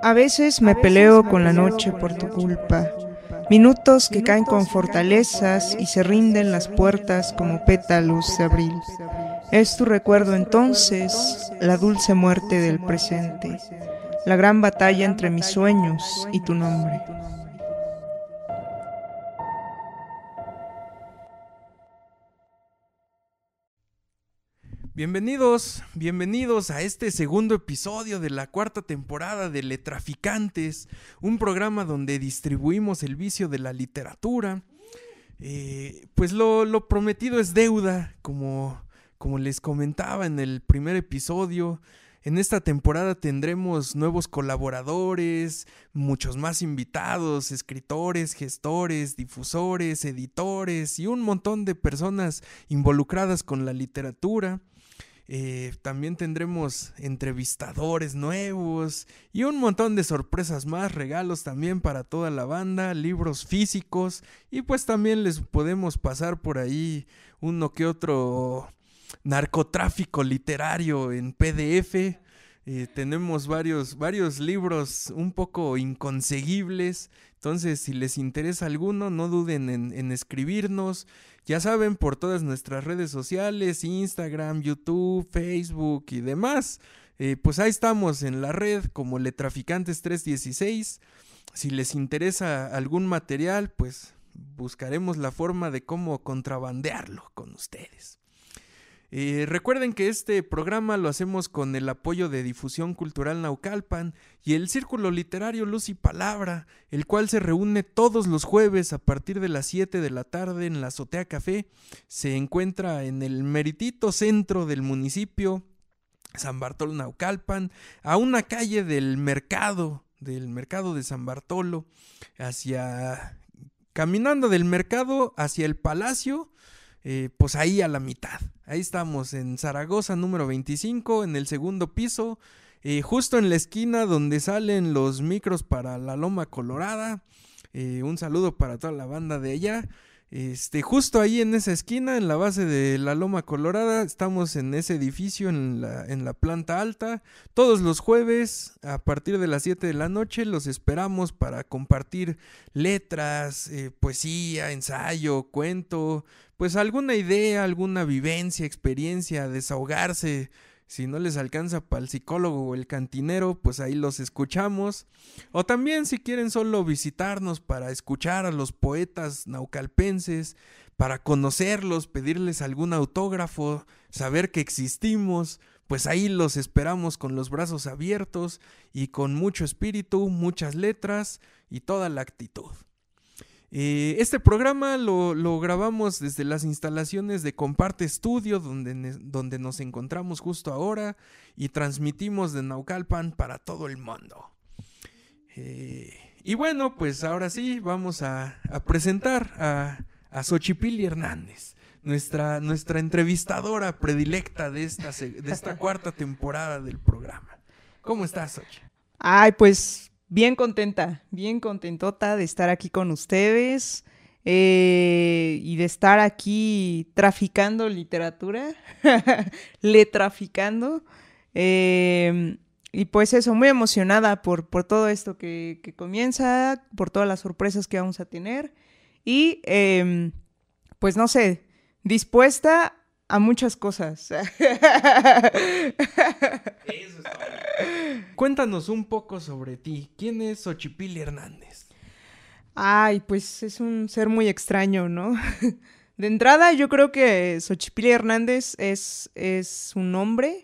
A veces me peleo con la noche por tu culpa. Minutos que caen con fortalezas y se rinden las puertas como pétalos de abril. Es tu recuerdo entonces, la dulce muerte del presente, la gran batalla entre mis sueños y tu nombre. Bienvenidos a este segundo episodio de la cuarta temporada de Letraficantes, un programa donde distribuimos el vicio de la literatura. Pues lo prometido es deuda, como les comentaba en el primer episodio. En esta temporada tendremos nuevos colaboradores, muchos más invitados, escritores, gestores, difusores, editores y un montón de personas involucradas con la literatura. También tendremos entrevistadores nuevos y un montón de sorpresas más, regalos también para toda la banda, libros físicos y pues también les podemos pasar por ahí uno que otro narcotráfico literario en PDF. Tenemos varios libros un poco inconseguibles, entonces si les interesa alguno no duden en escribirnos. Ya saben, por todas nuestras redes sociales, Instagram, YouTube, Facebook y demás, pues ahí estamos en la red como Letraficantes 316. Si les interesa algún material, pues buscaremos la forma de cómo contrabandearlo con ustedes. Recuerden que este programa lo hacemos con el apoyo de Difusión Cultural Naucalpan y el Círculo Literario Luz y Palabra, el cual se reúne todos los jueves a partir de las 7 de la tarde en la Azotea Café. Se encuentra en el meritito centro del municipio, San Bartolo Naucalpan, a una calle del mercado de San Bartolo, caminando del mercado hacia el Palacio. Pues ahí a la mitad, ahí estamos en Zaragoza número 25, en el segundo piso, justo en la esquina donde salen los micros para la Loma Colorada. Un saludo para toda la banda de allá. Justo ahí en esa esquina, en la base de la Loma Colorada, estamos en ese edificio en la planta alta. Todos los jueves a partir de las 7 de la noche los esperamos para compartir letras, poesía, ensayo, cuento, pues alguna idea, alguna vivencia, experiencia, desahogarse. Si no les alcanza para el psicólogo o el cantinero, pues ahí los escuchamos. O también si quieren solo visitarnos para escuchar a los poetas naucalpenses, para conocerlos, pedirles algún autógrafo, saber que existimos, pues ahí los esperamos con los brazos abiertos y con mucho espíritu, muchas letras y toda la actitud. Este programa lo grabamos desde las instalaciones de Comparte Estudio, donde nos encontramos justo ahora, y transmitimos de Naucalpan para todo el mundo. Y bueno, pues ahora sí vamos a presentar a Xochipilli Hernández, nuestra entrevistadora predilecta de esta cuarta temporada del programa. ¿Cómo estás, Xochi? Ay, pues bien contentota de estar aquí con ustedes y de estar aquí traficando literatura, letraficando. Y pues eso, muy emocionada por todo esto que comienza, por todas las sorpresas que vamos a tener y pues no sé, dispuesta a muchas cosas. Eso es todo. Cuéntanos un poco sobre ti. ¿Quién es Xochipilli Hernández? Ay, pues es un ser muy extraño, ¿no? De entrada, yo creo que Xochipilli Hernández es un nombre.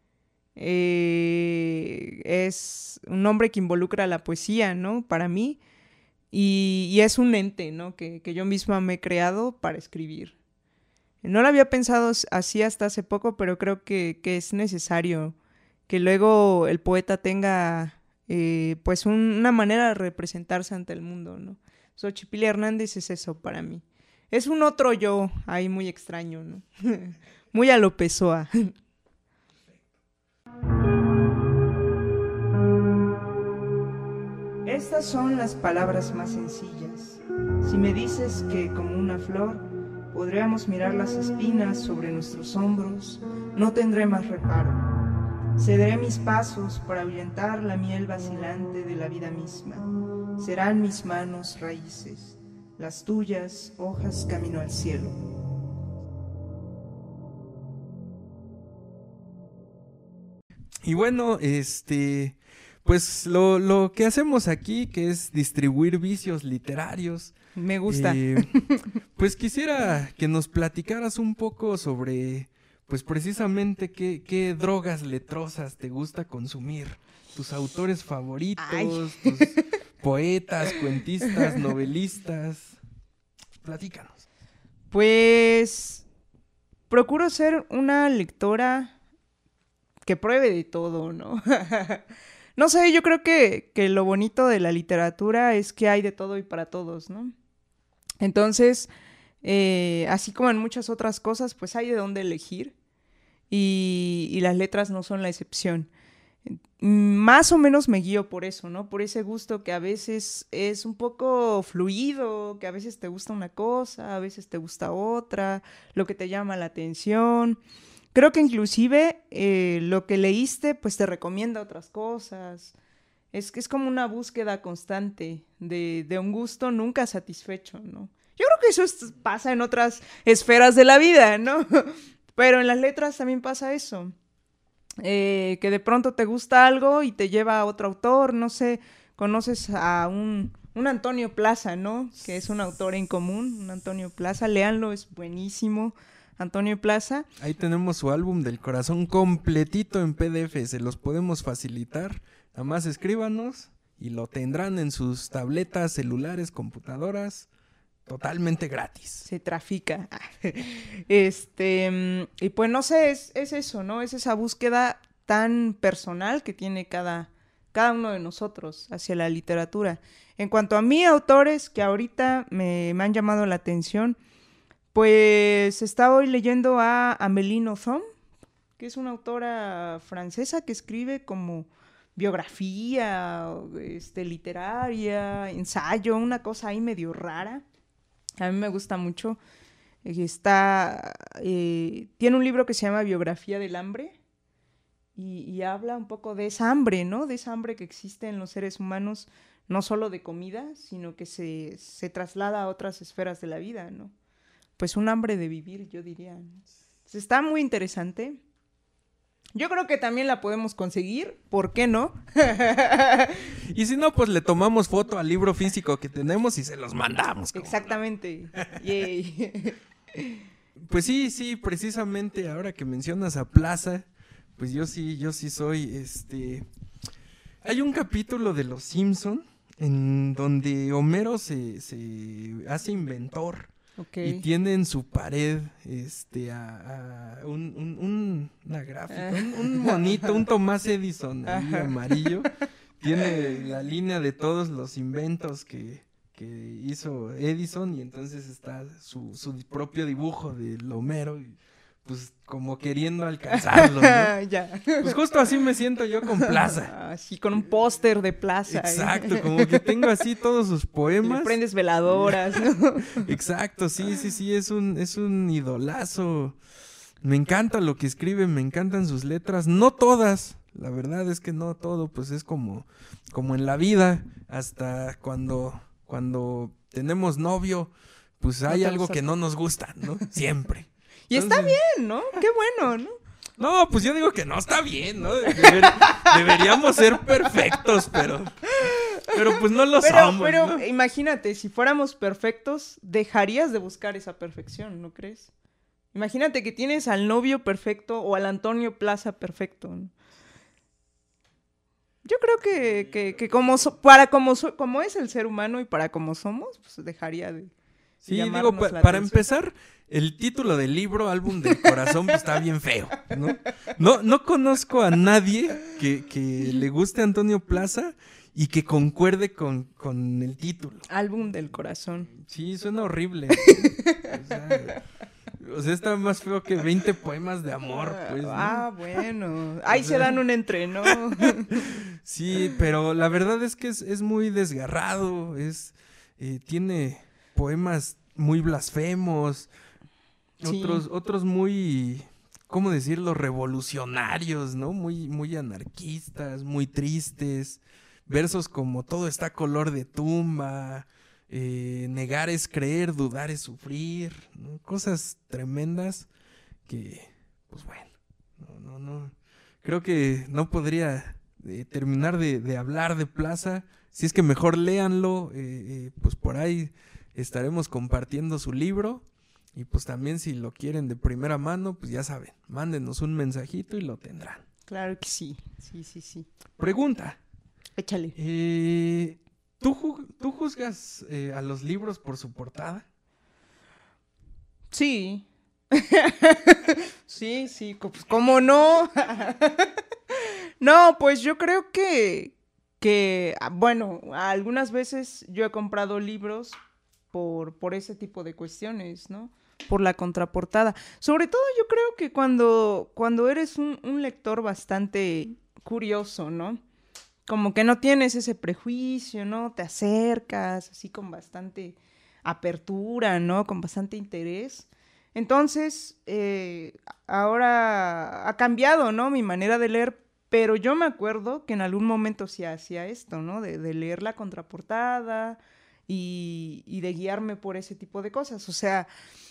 Es un nombre que involucra la poesía, ¿no? Para mí. Y es un ente, ¿no? Que yo misma me he creado para escribir. No lo había pensado así hasta hace poco, pero creo que es necesario que luego el poeta tenga pues una manera de representarse ante el mundo, ¿no? Xochipilli Hernández es eso para mí. Es un otro yo ahí muy extraño, ¿no? Muy a lo Pessoa. Estas son las palabras más sencillas. Si me dices que como una flor podríamos mirar las espinas sobre nuestros hombros, no tendré más reparo. Cederé mis pasos para ahuyentar la miel vacilante de la vida misma. Serán mis manos raíces, las tuyas hojas camino al cielo. Y bueno, pues lo que hacemos aquí, que es distribuir vicios literarios. Me gusta. Pues quisiera que nos platicaras un poco sobre, pues precisamente qué drogas letrosas te gusta consumir. Tus autores favoritos, tus poetas, cuentistas, novelistas. Platícanos. Pues procuro ser una lectora que pruebe de todo, ¿no? No sé, yo creo que lo bonito de la literatura es que hay de todo y para todos, ¿no? Entonces, así como en muchas otras cosas, pues hay de dónde elegir y las letras no son la excepción. Más o menos me guío por eso, ¿no? Por ese gusto que a veces es un poco fluido, que a veces te gusta una cosa, a veces te gusta otra, lo que te llama la atención. Creo que inclusive lo que leíste pues te recomienda otras cosas. Es como una búsqueda constante de un gusto nunca satisfecho, ¿no? Yo creo que eso pasa en otras esferas de la vida, ¿no? Pero en las letras también pasa eso. Que de pronto te gusta algo y te lleva a otro autor, no sé, conoces a un Antonio Plaza, ¿no? Que es un autor en común, un Antonio Plaza, léanlo, es buenísimo. Antonio Plaza. Ahí tenemos su álbum del corazón completito en PDF, se los podemos facilitar. Nada más escríbanos y lo tendrán en sus tabletas, celulares, computadoras, totalmente gratis. Se trafica. Y pues no sé, es eso, ¿no? Es esa búsqueda tan personal que tiene cada uno de nosotros hacia la literatura. En cuanto a mí, autores que ahorita me han llamado la atención, pues estaba hoy leyendo a Amélie Nothomb, que es una autora francesa que escribe como biografía, literaria, ensayo, una cosa ahí medio rara. A mí me gusta mucho. Tiene un libro que se llama Biografía del hambre y habla un poco de esa hambre, ¿no? De esa hambre que existe en los seres humanos, no solo de comida, sino que se traslada a otras esferas de la vida, ¿no? Pues un hambre de vivir, yo diría. Está muy interesante. Yo creo que también la podemos conseguir, ¿por qué no? Y si no, pues le tomamos foto al libro físico que tenemos y se los mandamos. Exactamente. Yay. Pues sí, precisamente ahora que mencionas a Plaza, pues yo sí soy, Hay un capítulo de Los Simpson en donde Homero se hace inventor. Okay. Y tiene en su pared una gráfica, un monito, un Tomás Edison ahí amarillo. Tiene la línea de todos los inventos que hizo Edison y entonces está su propio dibujo del Homero y pues como queriendo alcanzarlo, ¿no? Ya. Pues justo así me siento yo con Plaza. Así con un póster de Plaza. Exacto, como que tengo así todos sus poemas. Le prendes veladoras, ¿no? Exacto, sí, es un idolazo. Me encanta lo que escribe, me encantan sus letras, no todas, la verdad es que no todo, pues es como en la vida, hasta cuando tenemos novio, pues hay algo que no nos gusta, ¿no? Siempre. Y entonces, está bien, ¿no? Qué bueno, ¿no? No, pues yo digo que no está bien, ¿no? Deberíamos ser perfectos, pero pues no lo somos. Pero ¿no? Imagínate, si fuéramos perfectos, dejarías de buscar esa perfección, ¿no crees? Imagínate que tienes al novio perfecto o al Antonio Plaza perfecto, ¿no? Yo creo que como es el ser humano y para como somos, pues dejaría de... Sí, digo, para empezar, el título del libro, Álbum del Corazón, pues, está bien feo, ¿no? No conozco a nadie que le guste Antonio Plaza y que concuerde con el título. Álbum del Corazón. Sí, suena horrible. O sea, está más feo que 20 poemas de amor, pues, ¿no? Bueno. Ahí se dan un entreno. Sí, pero la verdad es que es muy desgarrado, tiene poemas muy blasfemos, sí. otros muy ¿cómo decirlo? Revolucionarios, ¿no? Muy, muy anarquistas, muy tristes. Versos como todo está color de tumba, negar es creer, dudar es sufrir, ¿no? Cosas tremendas que, pues bueno, no. Creo que no podría terminar de hablar de Plaza. Si es que mejor léanlo, pues por ahí estaremos compartiendo su libro. Y pues también si lo quieren de primera mano, pues ya saben, mándenos un mensajito y lo tendrán. Claro que sí, sí. Pregunta. Échale. ¿Tú juzgas a los libros por su portada? Sí. Sí, pues ¿cómo no? No, pues yo creo bueno, algunas veces yo he comprado libros por ese tipo de cuestiones, ¿no? Por la contraportada. Sobre todo yo creo que cuando eres un lector bastante curioso, ¿no? Como que no tienes ese prejuicio, ¿no? Te acercas así con bastante apertura, ¿no? Con bastante interés. Entonces, ahora ha cambiado, ¿no? Mi manera de leer, pero yo me acuerdo que en algún momento sí hacía esto, ¿no? De leer la contraportada y de guiarme por ese tipo de cosas. O sea,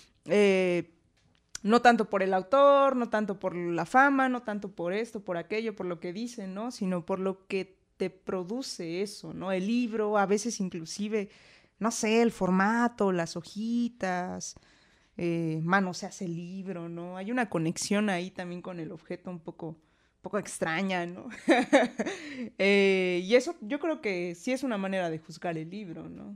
no tanto por el autor, no tanto por la fama, no tanto por esto, por aquello, por lo que dicen, ¿no? Sino por lo que te produce eso, ¿no? El libro, a veces inclusive, no sé, el formato, las hojitas, mano, se hace el libro, ¿no? Hay una conexión ahí también con el objeto un poco extraña, ¿no? Y eso yo creo que sí es una manera de juzgar el libro, ¿no?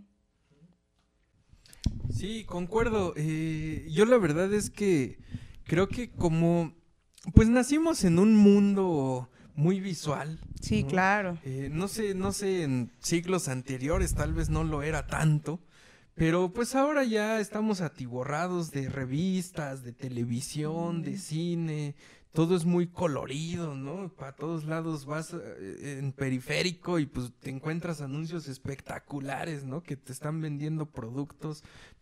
Sí, concuerdo. Yo la verdad es que creo que como, pues nacimos en un mundo muy visual, Sí, ¿no? claro. No sé, en siglos anteriores tal vez no lo era tanto, pero pues ahora ya estamos atiborrados de revistas, de televisión, de cine, todo es muy colorido, ¿no? Para todos lados vas en periférico y pues te encuentras anuncios espectaculares, ¿no? Que te están vendiendo productos.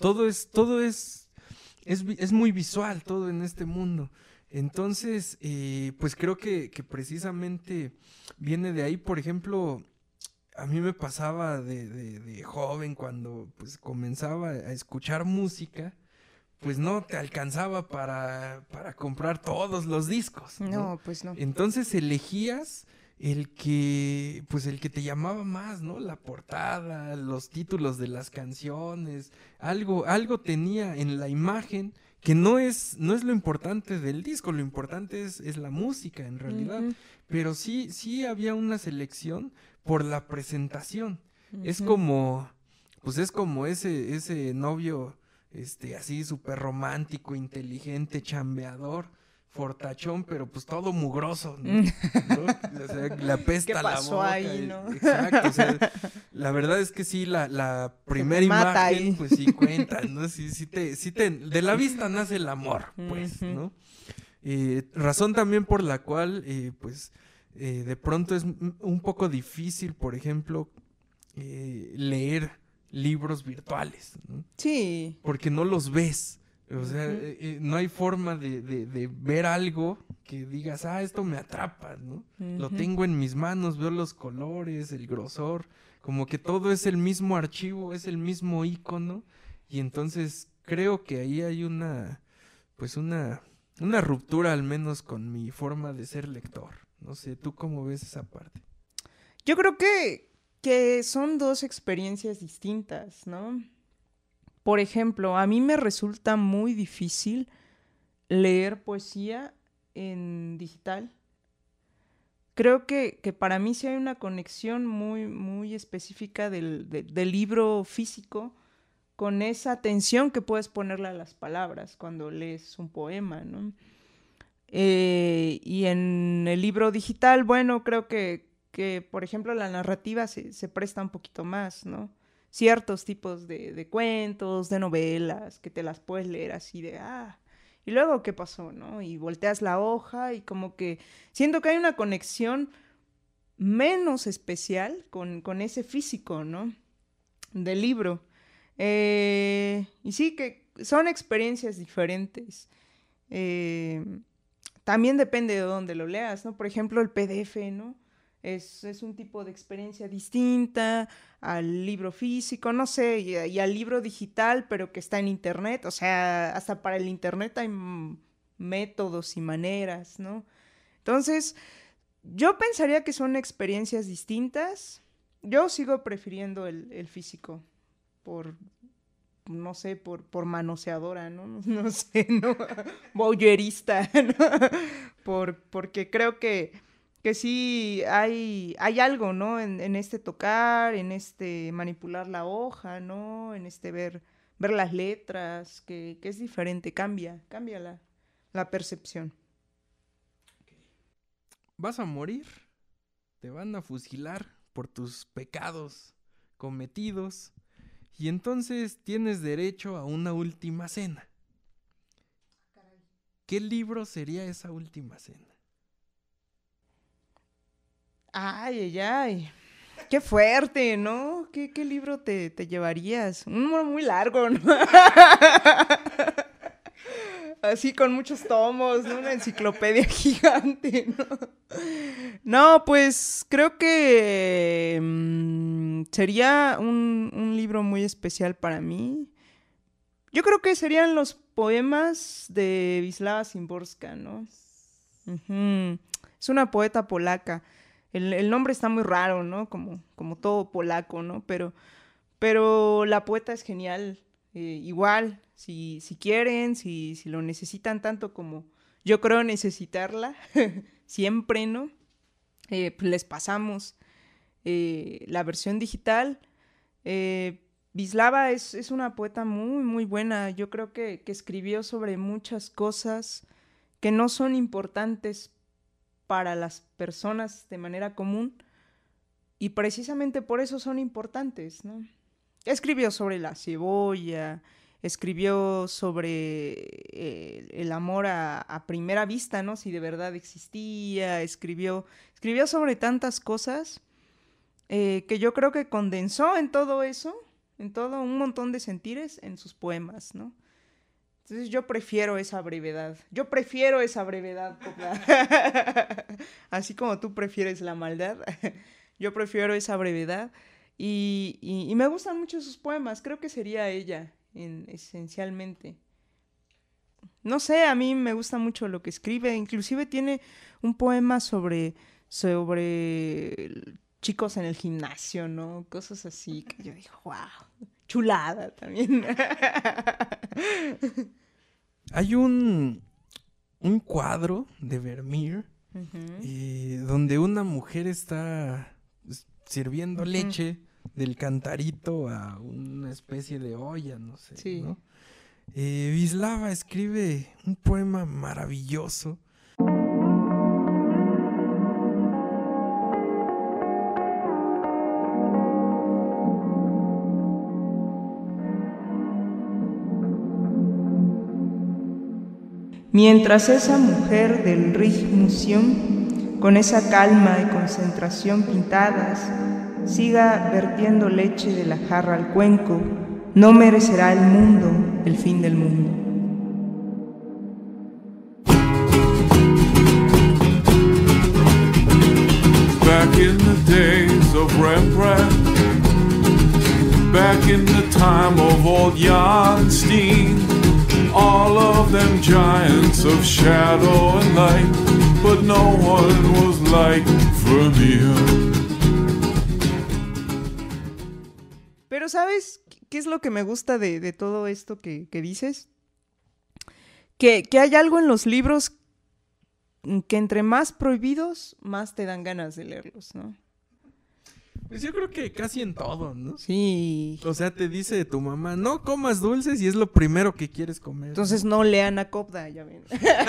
Es muy visual todo en este mundo. Entonces, pues creo que precisamente viene de ahí, por ejemplo, a mí me pasaba de joven cuando pues comenzaba a escuchar música, pues no te alcanzaba para comprar todos los discos, ¿no? No, pues no. Entonces elegías el que te llamaba más, ¿no? La portada, los títulos de las canciones, algo tenía en la imagen que no es lo importante del disco, lo importante es la música en realidad, pero sí había una selección por la presentación. Es como, pues es como ese novio, así súper romántico, inteligente, chambeador, fortachón, pero pues todo mugroso, ¿no? O sea, le apesta ¿Qué pasó la boca. ahí, no? Exacto, o sea, la verdad es que sí, la primera te mata imagen, ahí. pues sí cuenta, ¿no? De la vista nace el amor, pues, ¿no? Razón también por la cual, de pronto es un poco difícil, por ejemplo, leer libros virtuales, ¿no? Sí. Porque no los ves. O sea, no hay forma de ver algo que digas, esto me atrapa, ¿no? Lo tengo en mis manos, veo los colores, el grosor, como que todo es el mismo archivo, es el mismo icono, y entonces creo que ahí hay una ruptura al menos con mi forma de ser lector. No sé, ¿tú cómo ves esa parte? Yo creo que son dos experiencias distintas, ¿no? Por ejemplo, a mí me resulta muy difícil leer poesía en digital. Creo que para mí sí hay una conexión muy, muy específica del libro físico con esa atención que puedes ponerle a las palabras cuando lees un poema, ¿no? Y en el libro digital, bueno, creo que por ejemplo, la narrativa se presta un poquito más, ¿no? Ciertos tipos de cuentos, de novelas, que te las puedes leer así ¿y luego qué pasó, no? Y volteas la hoja y como que siento que hay una conexión menos especial con ese físico, ¿no? Del libro. Y sí, que son experiencias diferentes. También depende de dónde lo leas, ¿no? Por ejemplo, el PDF, ¿no? Es un tipo de experiencia distinta al libro físico, no sé, y al libro digital, pero que está en internet. O sea, hasta para el internet hay métodos y maneras, ¿no? Entonces, yo pensaría que son experiencias distintas. Yo sigo prefiriendo el físico por, no sé, por manoseadora, ¿no? No sé, ¿no? Voyerista, ¿no? Porque creo que sí hay algo, ¿no? En este tocar, en este manipular la hoja, ¿no? En este ver las letras, que es diferente, cambia la percepción. Vas a morir, te van a fusilar por tus pecados cometidos y entonces tienes derecho a una última cena. ¿Qué libro sería esa última cena? Ay. Qué fuerte, ¿no? ¿Qué libro te llevarías? Un libro muy largo, ¿no? Así con muchos tomos, ¿no? Una enciclopedia gigante, ¿no? No, pues creo que sería un libro muy especial para mí. Yo creo que serían los poemas de Wisława Szymborska, ¿no? Ujú. Es una poeta polaca. El nombre está muy raro, ¿no? Como todo polaco, ¿no? Pero la poeta es genial. Igual, si quieren, si lo necesitan tanto como yo creo necesitarla, siempre, ¿no? Pues les pasamos la versión digital. Wisława es una poeta muy, muy buena. Yo creo que escribió sobre muchas cosas que no son importantes para las personas de manera común y precisamente por eso son importantes, ¿no? Escribió sobre la cebolla, escribió sobre el amor a primera vista, ¿no? Si de verdad existía, escribió sobre tantas cosas que yo creo que condensó en todo eso, en todo un montón de sentires en sus poemas, ¿no? Entonces yo prefiero esa brevedad. Copla. Así como tú prefieres la maldad, yo prefiero esa brevedad. Y me gustan mucho sus poemas. Creo que sería ella, esencialmente. No sé, a mí me gusta mucho lo que escribe. Inclusive tiene un poema sobre chicos en el gimnasio, ¿no? Cosas así que yo digo, wow, chulada también. Hay un cuadro de Vermeer donde una mujer está sirviendo leche del cantarito a una especie de olla, no sé, Sí. ¿no? Wisława escribe un poema maravilloso. Mientras esa mujer del Rijksmuseum, con esa calma y concentración pintadas, siga vertiendo leche de la jarra al cuenco, no merecerá el mundo el fin del mundo. Back in the days of Rembrandt, back in the time of old Jan Steen, all of them giants of shadow and light, but no one was like Vermeer. Pero ¿sabes qué es lo que me gusta de todo esto que dices? Que hay algo en los libros que entre más prohibidos, más te dan ganas de leerlos, ¿no? Pues yo creo que casi en todo, ¿no? Sí. O sea, te dice tu mamá, no comas dulces y es lo primero que quieres comer. Entonces no lean a Copda, ya ven.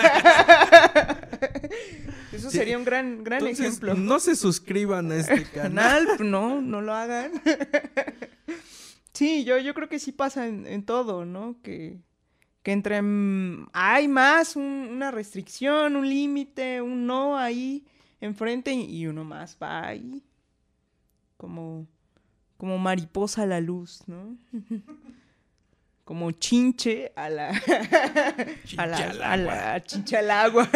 Eso sí, sería un gran entonces, ejemplo. No se suscriban a este canal. No lo hagan. Sí, yo creo que sí pasa en todo, ¿no? Que entre hay más una restricción, un límite, un no ahí enfrente y uno más va ahí como mariposa a la luz, ¿no? como chinche a la chinche al agua.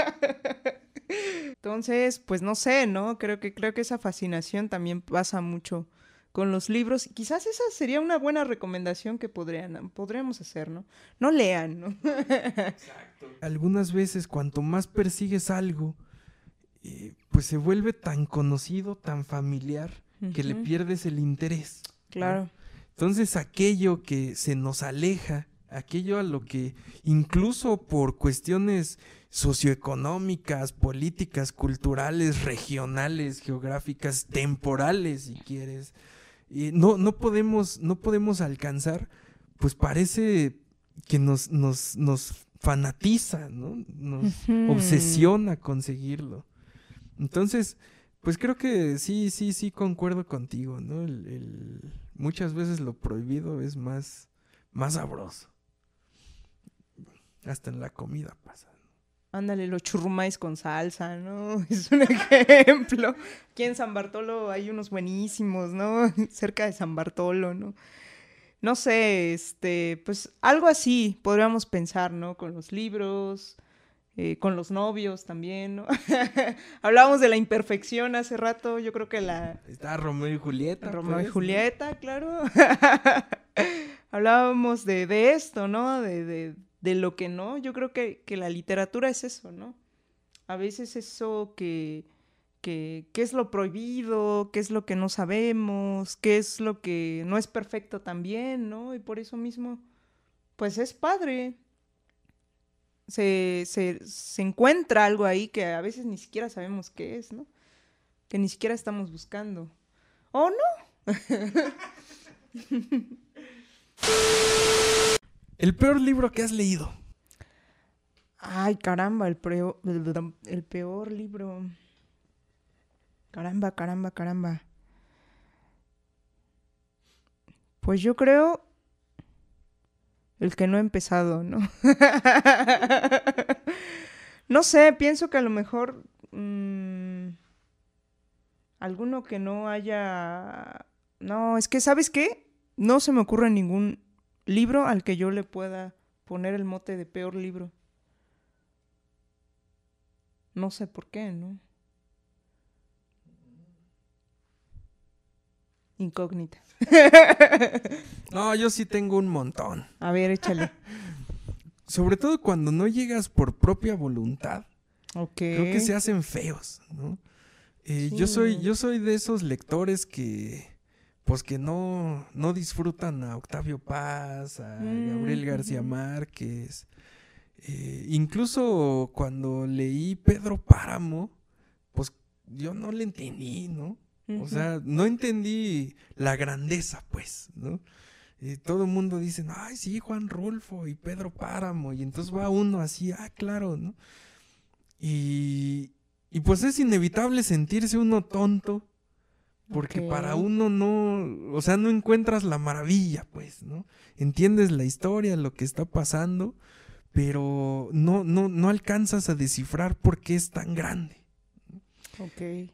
Entonces, pues no sé, ¿no? Creo que esa fascinación también pasa mucho con los libros. Quizás esa sería una buena recomendación que podríamos hacer, ¿no? No lean, ¿no? Exacto. Algunas veces, cuanto más persigues algo, pues se vuelve tan conocido, tan familiar, que le pierdes el interés. Claro. ¿No? Entonces, aquello que se nos aleja, aquello a lo que incluso por cuestiones socioeconómicas, políticas, culturales, regionales, geográficas, temporales, si quieres, no podemos alcanzar, pues parece que nos fanatiza, ¿no? Nos obsesiona conseguirlo. Entonces, pues creo que sí concuerdo contigo, ¿no? Muchas veces lo prohibido es más sabroso. Hasta en la comida pasa. Ándale, los churrumais con salsa, ¿no? Es un ejemplo. Aquí en San Bartolo hay unos buenísimos, ¿no? Cerca de San Bartolo, ¿no? No sé, pues algo así podríamos pensar, ¿no? Con los libros, con los novios también, ¿no? Hablábamos de la imperfección hace rato, yo creo que Está Romeo y Julieta. Romeo y Julieta, ¿no? Claro. Hablábamos de esto, ¿no? De lo que no. Yo creo que la literatura es eso, ¿no? A veces eso que es lo prohibido, qué es lo que no sabemos, qué es lo que no es perfecto también, ¿no? Y por eso mismo, pues es padre. Se encuentra algo ahí que a veces ni siquiera sabemos qué es, ¿no? Que ni siquiera estamos buscando. ¿O no? ¿El peor libro que has leído? Ay, caramba, el peor libro. Caramba. Pues yo creo el que no he empezado, ¿no? No sé, pienso que a lo mejor alguno que no haya... No, es que, ¿sabes qué? No se me ocurre ningún libro al que yo le pueda poner el mote de peor libro. No sé por qué, ¿no? Incógnita. No, yo sí tengo un montón. A ver, échale. Sobre todo cuando no llegas por propia voluntad. Ok. Creo que se hacen feos, ¿no? Sí. Yo soy de esos lectores que pues que no disfrutan a Octavio Paz, a Gabriel García Márquez. Incluso cuando leí Pedro Páramo, pues yo no le entendí, ¿no? O sea, no entendí la grandeza, pues, ¿no? Todo el mundo dice, ay, sí, Juan Rulfo y Pedro Páramo, y entonces va uno así, claro, ¿no? Y pues es inevitable sentirse uno tonto, porque para uno no, o sea, no encuentras la maravilla, pues, ¿no? Entiendes la historia, lo que está pasando, pero no alcanzas a descifrar por qué es tan grande. Ok.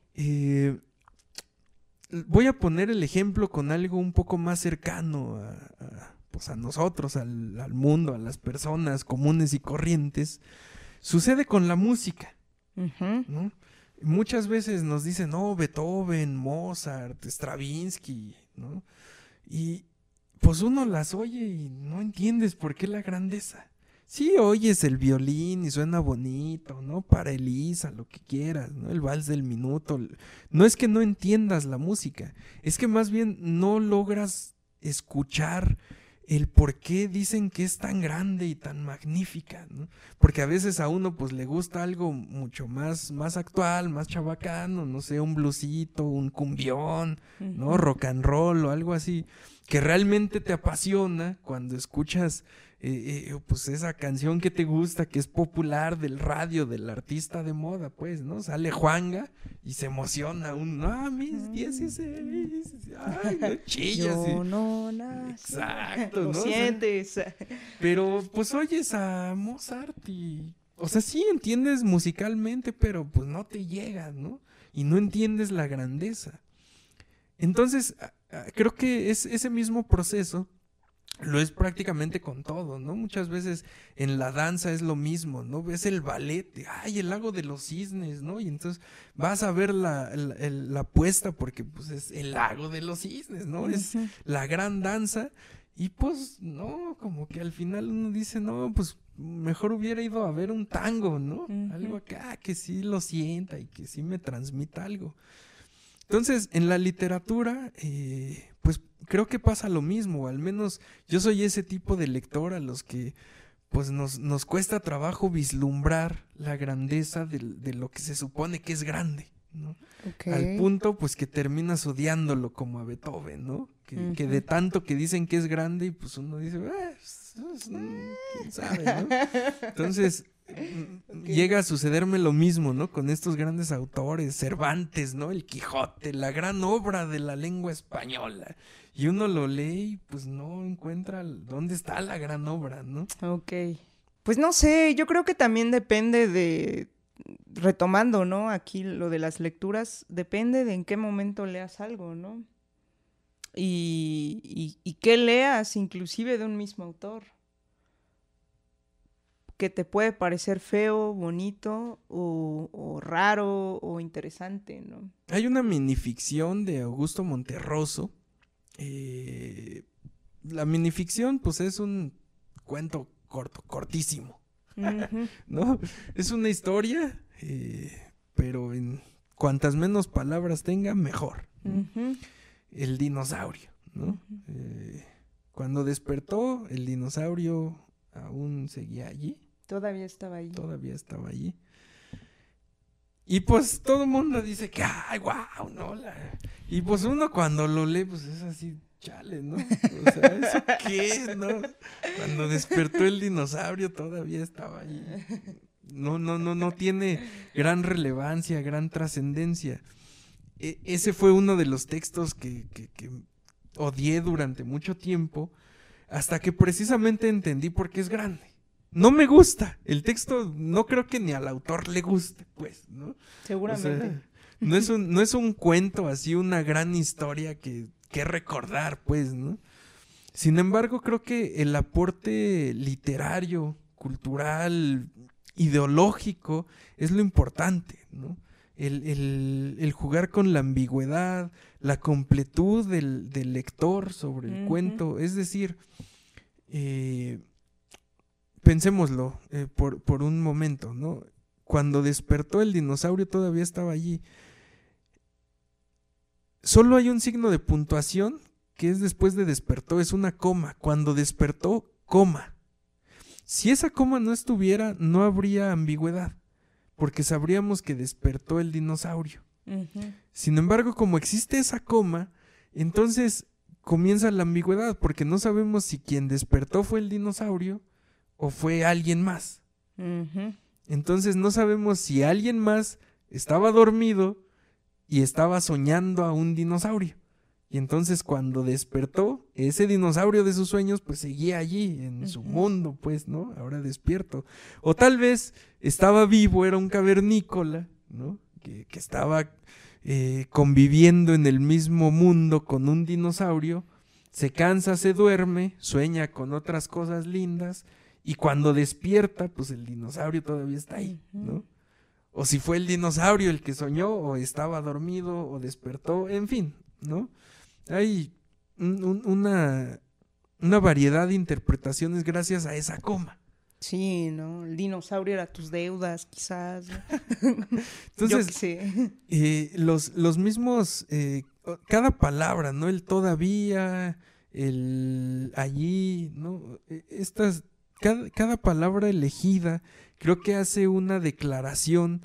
Voy a poner el ejemplo con algo un poco más cercano a nosotros, al mundo, a las personas comunes y corrientes. Sucede con la música, ¿no? Muchas veces nos dicen, Beethoven, Mozart, Stravinsky, ¿no? Y pues uno las oye y no entiendes por qué la grandeza. Sí, oyes el violín y suena bonito, ¿no? Para Elisa, lo que quieras, ¿no? El vals del minuto. No es que no entiendas la música, es que más bien no logras escuchar el por qué dicen que es tan grande y tan magnífica, ¿no? Porque a veces a uno pues le gusta algo mucho más actual, más chabacano, no sé, un bluesito, un cumbión, ¿no? Rock and roll o algo así, que realmente te apasiona cuando escuchas pues esa canción que te gusta, que es popular del radio, del artista de moda, pues, ¿no? Sale Juanga y se emociona mis 16, ay, no chillas. Yo no nací. Exacto, ¿no? Lo sientes. Pero pues oyes a Mozart y, o sea, sí entiendes musicalmente, pero pues no te llega, ¿no? Y no entiendes la grandeza. Entonces, creo que es ese mismo proceso lo es prácticamente con todo, ¿no? Muchas veces en la danza es lo mismo, ¿no? Ves el ballet, ¡ay, el lago de los cisnes!, ¿no? Y entonces vas a ver la puesta porque pues es el lago de los cisnes, ¿no? Es la gran danza y pues, no, como que al final uno dice, no, pues mejor hubiera ido a ver un tango, ¿no? Algo acá que sí lo sienta y que sí me transmita algo. Entonces, en la literatura, pues creo que pasa lo mismo, al menos yo soy ese tipo de lector a los que pues nos cuesta trabajo vislumbrar la grandeza de lo que se supone que es grande, ¿no? Okay. Al punto pues que terminas odiándolo como a Beethoven, ¿no? Que de tanto que dicen que es grande y pues uno dice, quién sabe, ¿no? Entonces llega a sucederme lo mismo, ¿no? Con estos grandes autores, Cervantes, ¿no? El Quijote, la gran obra de la lengua española. Y uno lo lee y pues no encuentra dónde está la gran obra, ¿no? Ok. Pues no sé, yo creo que también depende de, retomando, ¿no? Aquí lo de las lecturas, depende de en qué momento leas algo, ¿no? Y qué leas inclusive de un mismo autor. Que te puede parecer feo, bonito o raro o interesante, ¿no? Hay una minificción de Augusto Monterroso. La minificción pues es un cuento cortísimo, ¿no? Es una historia, pero en cuantas menos palabras tenga, mejor, ¿no? El dinosaurio, ¿no? Cuando despertó, el dinosaurio aún seguía allí. Todavía estaba allí. Y pues todo el mundo dice que, ¡ay, guau! ¿No? Y pues uno cuando lo lee, pues es así, chale, ¿no? O sea, ¿eso qué, no? Cuando despertó el dinosaurio todavía estaba allí. No tiene gran relevancia, gran trascendencia. Ese fue uno de los textos que odié durante mucho tiempo, hasta que precisamente entendí por qué es grande. No me gusta, el texto no creo que ni al autor le guste, pues, ¿no? Seguramente. O sea, no es un cuento así, una gran historia que recordar, pues, ¿no? Sin embargo, creo que el aporte literario, cultural, ideológico es lo importante, ¿no? El jugar con la ambigüedad, la completud del lector sobre el cuento, es decir, pensémoslo por un momento, ¿no? Cuando despertó el dinosaurio todavía estaba allí. Solo hay un signo de puntuación que es después de despertó, es una coma. Cuando despertó, coma. Si esa coma no estuviera, no habría ambigüedad, porque sabríamos que despertó el dinosaurio. Sin embargo, como existe esa coma, entonces comienza la ambigüedad, porque no sabemos si quien despertó fue el dinosaurio o fue alguien más. Entonces no sabemos si alguien más estaba dormido y estaba soñando a un dinosaurio. Y entonces cuando despertó, ese dinosaurio de sus sueños pues seguía allí en su mundo, pues, ¿no? Ahora despierto. O tal vez estaba vivo, era un cavernícola, ¿no? Que estaba conviviendo en el mismo mundo con un dinosaurio, se cansa, se duerme, sueña con otras cosas lindas y cuando despierta, pues el dinosaurio todavía está ahí, ¿no? O si fue el dinosaurio el que soñó, o estaba dormido, o despertó, en fin, ¿no? Hay una variedad de interpretaciones gracias a esa coma. Sí, ¿no? El dinosaurio era tus deudas, quizás. Entonces, yo qué sé. Los mismos, cada palabra, ¿no? El todavía, el allí, ¿no? Cada palabra elegida creo que hace una declaración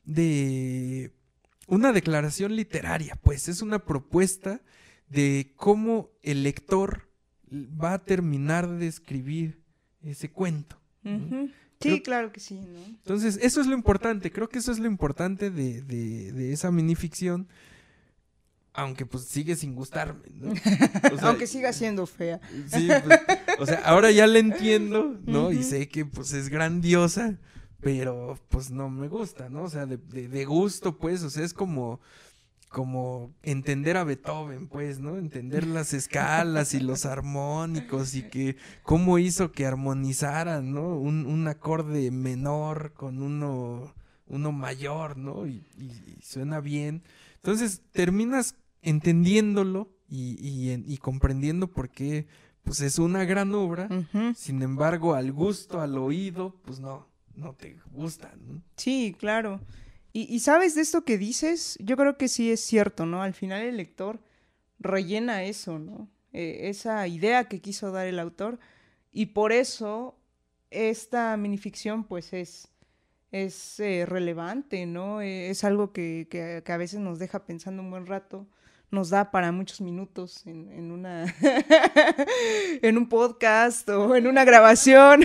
literaria, pues es una propuesta de cómo el lector va a terminar de escribir ese cuento, ¿no? Sí, claro que sí, ¿no? Entonces, eso es lo importante, creo que eso es lo importante de esa minificción, aunque pues sigue sin gustarme, ¿no? O sea, aunque siga siendo fea. Sí, pues, o sea, ahora ya la entiendo, ¿no? Y sé que pues es grandiosa, pero pues no me gusta, ¿no? O sea, de gusto, pues, o sea, es como como entender a Beethoven, pues, ¿no? Entender las escalas y los armónicos y que cómo hizo que armonizaran, ¿no? Un acorde menor con uno mayor, ¿no? Y suena bien. Entonces terminas entendiéndolo y comprendiendo por qué, pues, es una gran obra. Ujú. Sin embargo, al gusto, al oído, pues no te gusta, ¿no? Sí, claro. Y sabes de esto que dices, yo creo que sí es cierto, ¿no? Al final el lector rellena eso, ¿no? Esa idea que quiso dar el autor, y por eso esta minificción pues es relevante, ¿no? Es algo que a veces nos deja pensando un buen rato, nos da para muchos minutos en una en un podcast o en una grabación.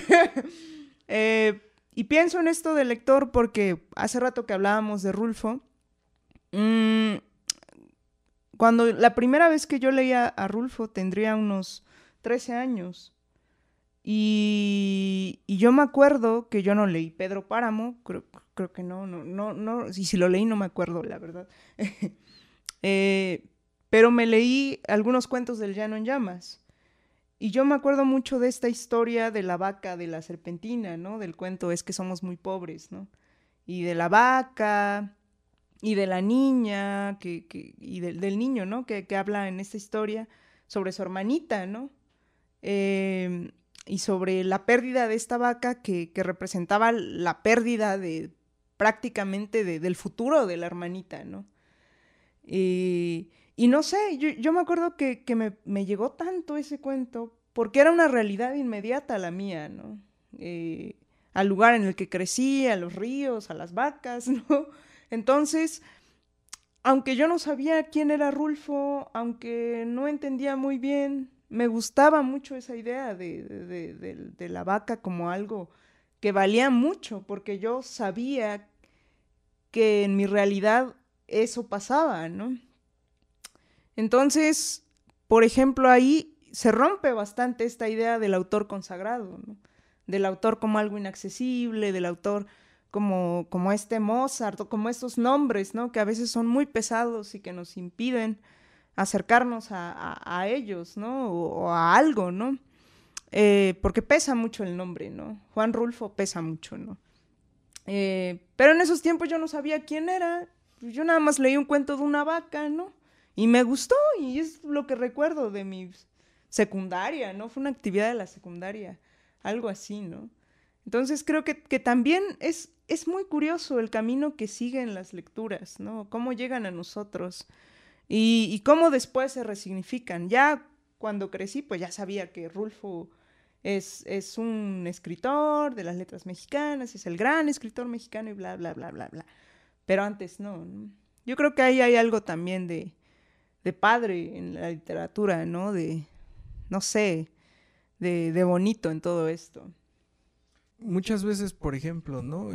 Y pienso en esto del lector porque hace rato que hablábamos de Rulfo, cuando la primera vez que yo leía a Rulfo tendría unos 13 años. Y yo me acuerdo que yo no leí Pedro Páramo, creo que no, y si lo leí no me acuerdo, la verdad. Pero me leí algunos cuentos del Llano en Llamas. Y yo me acuerdo mucho de esta historia de la vaca de la serpentina, ¿no? Del cuento Es que somos muy pobres, ¿no? Y de la vaca, y de la niña, y del niño, ¿no? Que habla en esta historia sobre su hermanita, ¿no? Y sobre la pérdida de esta vaca que representaba la pérdida de prácticamente del futuro de la hermanita, ¿no? Y no sé, yo me acuerdo que me llegó tanto ese cuento porque era una realidad inmediata la mía, ¿no? Al lugar en el que crecí, a los ríos, a las vacas, ¿no? Entonces, aunque yo no sabía quién era Rulfo, aunque no entendía muy bien, me gustaba mucho esa idea de la vaca como algo que valía mucho, porque yo sabía que en mi realidad eso pasaba, ¿no? Entonces, por ejemplo, ahí se rompe bastante esta idea del autor consagrado, ¿no? Del autor como algo inaccesible, del autor como este Mozart, o como estos nombres, ¿no? Que a veces son muy pesados y que nos impiden acercarnos a ellos, ¿no? O a algo, ¿no? Porque pesa mucho el nombre, ¿no? Juan Rulfo pesa mucho, ¿no? Pero en esos tiempos yo no sabía quién era. Yo nada más leí un cuento de una vaca, ¿no? Y me gustó, y es lo que recuerdo de mi secundaria, ¿no? Fue una actividad de la secundaria, algo así, ¿no? Entonces creo que también es muy curioso el camino que siguen las lecturas, ¿no? Cómo llegan a nosotros y cómo después se resignifican. Ya cuando crecí, pues ya sabía que Rulfo es un escritor de las letras mexicanas, es el gran escritor mexicano y bla, bla, bla, bla, bla. Pero antes no. Yo creo que ahí hay algo también de padre en la literatura, ¿no? No sé, de bonito en todo esto. Muchas veces, por ejemplo, ¿no?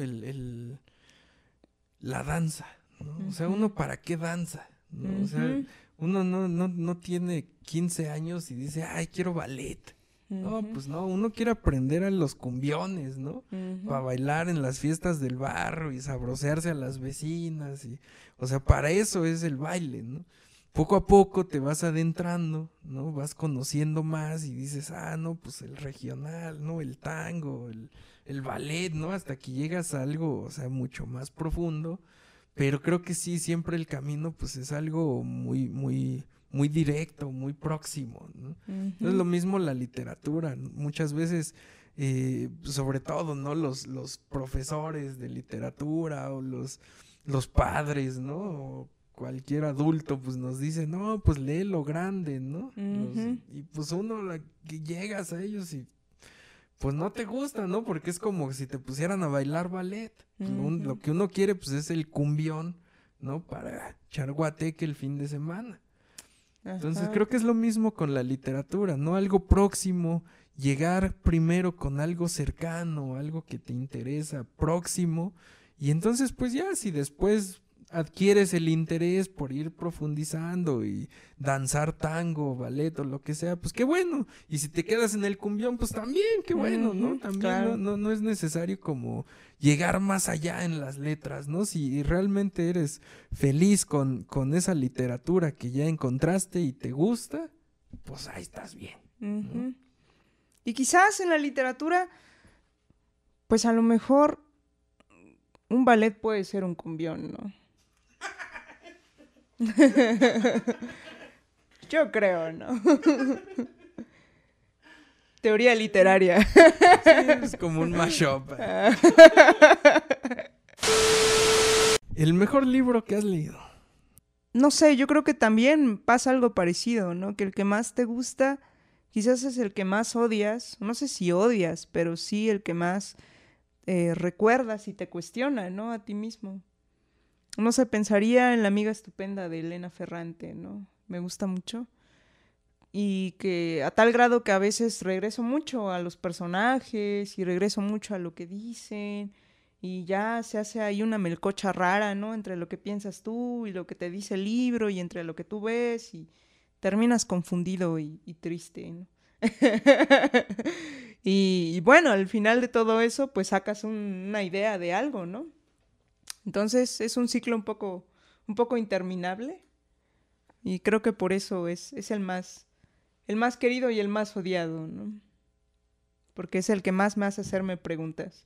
La danza, ¿no? O sea, ¿uno para qué danza? ¿No? O sea, uno no tiene 15 años y dice, ay, quiero ballet. No, pues no, uno quiere aprender a los cumbiones, ¿no? Para bailar en las fiestas del barrio y sabrosearse a las vecinas. O sea, para eso es el baile, ¿no? Poco a poco te vas adentrando, ¿no? Vas conociendo más y dices, no, pues el regional, ¿no? El tango, el ballet, ¿no? Hasta que llegas a algo, o sea, mucho más profundo. Pero creo que sí, siempre el camino, pues es algo muy, muy, muy directo, muy próximo, ¿no? Es lo mismo la literatura, ¿no? Muchas veces, sobre todo, ¿no? Los profesores de literatura o los padres, ¿no? O cualquier adulto, pues nos dice, no, pues lee lo grande, ¿no? Y pues que llegas a ellos y pues no te gusta, ¿no? Porque es como si te pusieran a bailar ballet. Pues lo que uno quiere, pues es el cumbión, ¿no? Para echar guateque el fin de semana. Entonces creo que es lo mismo con la literatura, ¿no? Algo próximo, llegar primero con algo cercano, algo que te interesa, próximo, y entonces pues ya si después adquieres el interés por ir profundizando y danzar tango, ballet o lo que sea, pues qué bueno. Y si te quedas en el cumbión, pues también, qué bueno, ¿no? También claro. no es necesario como llegar más allá en las letras, ¿no? Si realmente eres feliz con esa literatura que ya encontraste y te gusta, pues ahí estás bien, ¿no? Y quizás en la literatura, pues a lo mejor un ballet puede ser un cumbión, ¿no? Yo creo, ¿no? Teoría literaria. Sí, es como un mashup. ¿El mejor libro que has leído? No sé, yo creo que también pasa algo parecido, ¿no? Que el que más te gusta quizás es el que más odias. No sé si odias, pero sí el que más recuerdas y te cuestiona, ¿no? A ti mismo. No sé, pensaría en La amiga estupenda de Elena Ferrante, ¿no? Me gusta mucho. Y que a tal grado que a veces regreso mucho a los personajes y regreso mucho a lo que dicen y ya se hace ahí una melcocha rara, ¿no? Entre lo que piensas tú y lo que te dice el libro y entre lo que tú ves y terminas confundido y triste, ¿no? Y bueno, al final de todo eso, pues sacas una idea de algo, ¿no? Entonces es un ciclo un poco interminable y creo que por eso es el más querido y el más odiado, ¿no? Porque es el que más me hace hacerme preguntas.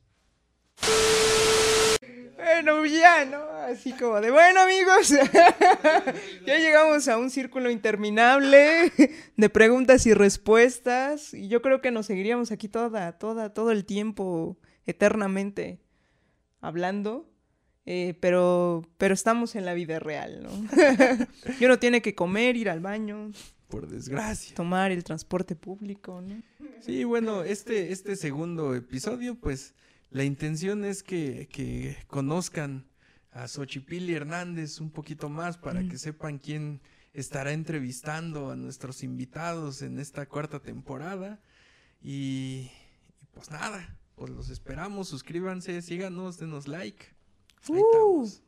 Bueno, ya, ¿no? Así como de, bueno, amigos, ya llegamos a un círculo interminable de preguntas y respuestas y yo creo que nos seguiríamos aquí todo el tiempo, eternamente, hablando. Pero estamos en la vida real, ¿no? Y uno tiene que comer, ir al baño, por desgracia, tomar el transporte público, ¿no? Sí, bueno, este segundo episodio, pues la intención es que conozcan a Xochipilli Hernández un poquito más para que sepan quién estará entrevistando a nuestros invitados en esta cuarta temporada y pues nada, pues los esperamos, suscríbanse, síganos, denos like. Ahí estamos.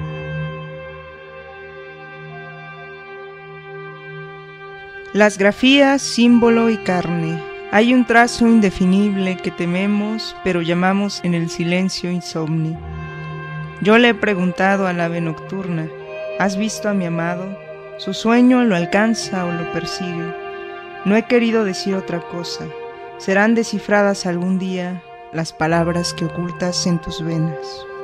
Las grafías, símbolo y carne. Hay un trazo indefinible que tememos, pero llamamos en el silencio insomnio. Yo le he preguntado al ave nocturna, ¿has visto a mi amado? Su sueño lo alcanza o lo persigue. No he querido decir otra cosa. Serán descifradas algún día las palabras que ocultas en tus venas.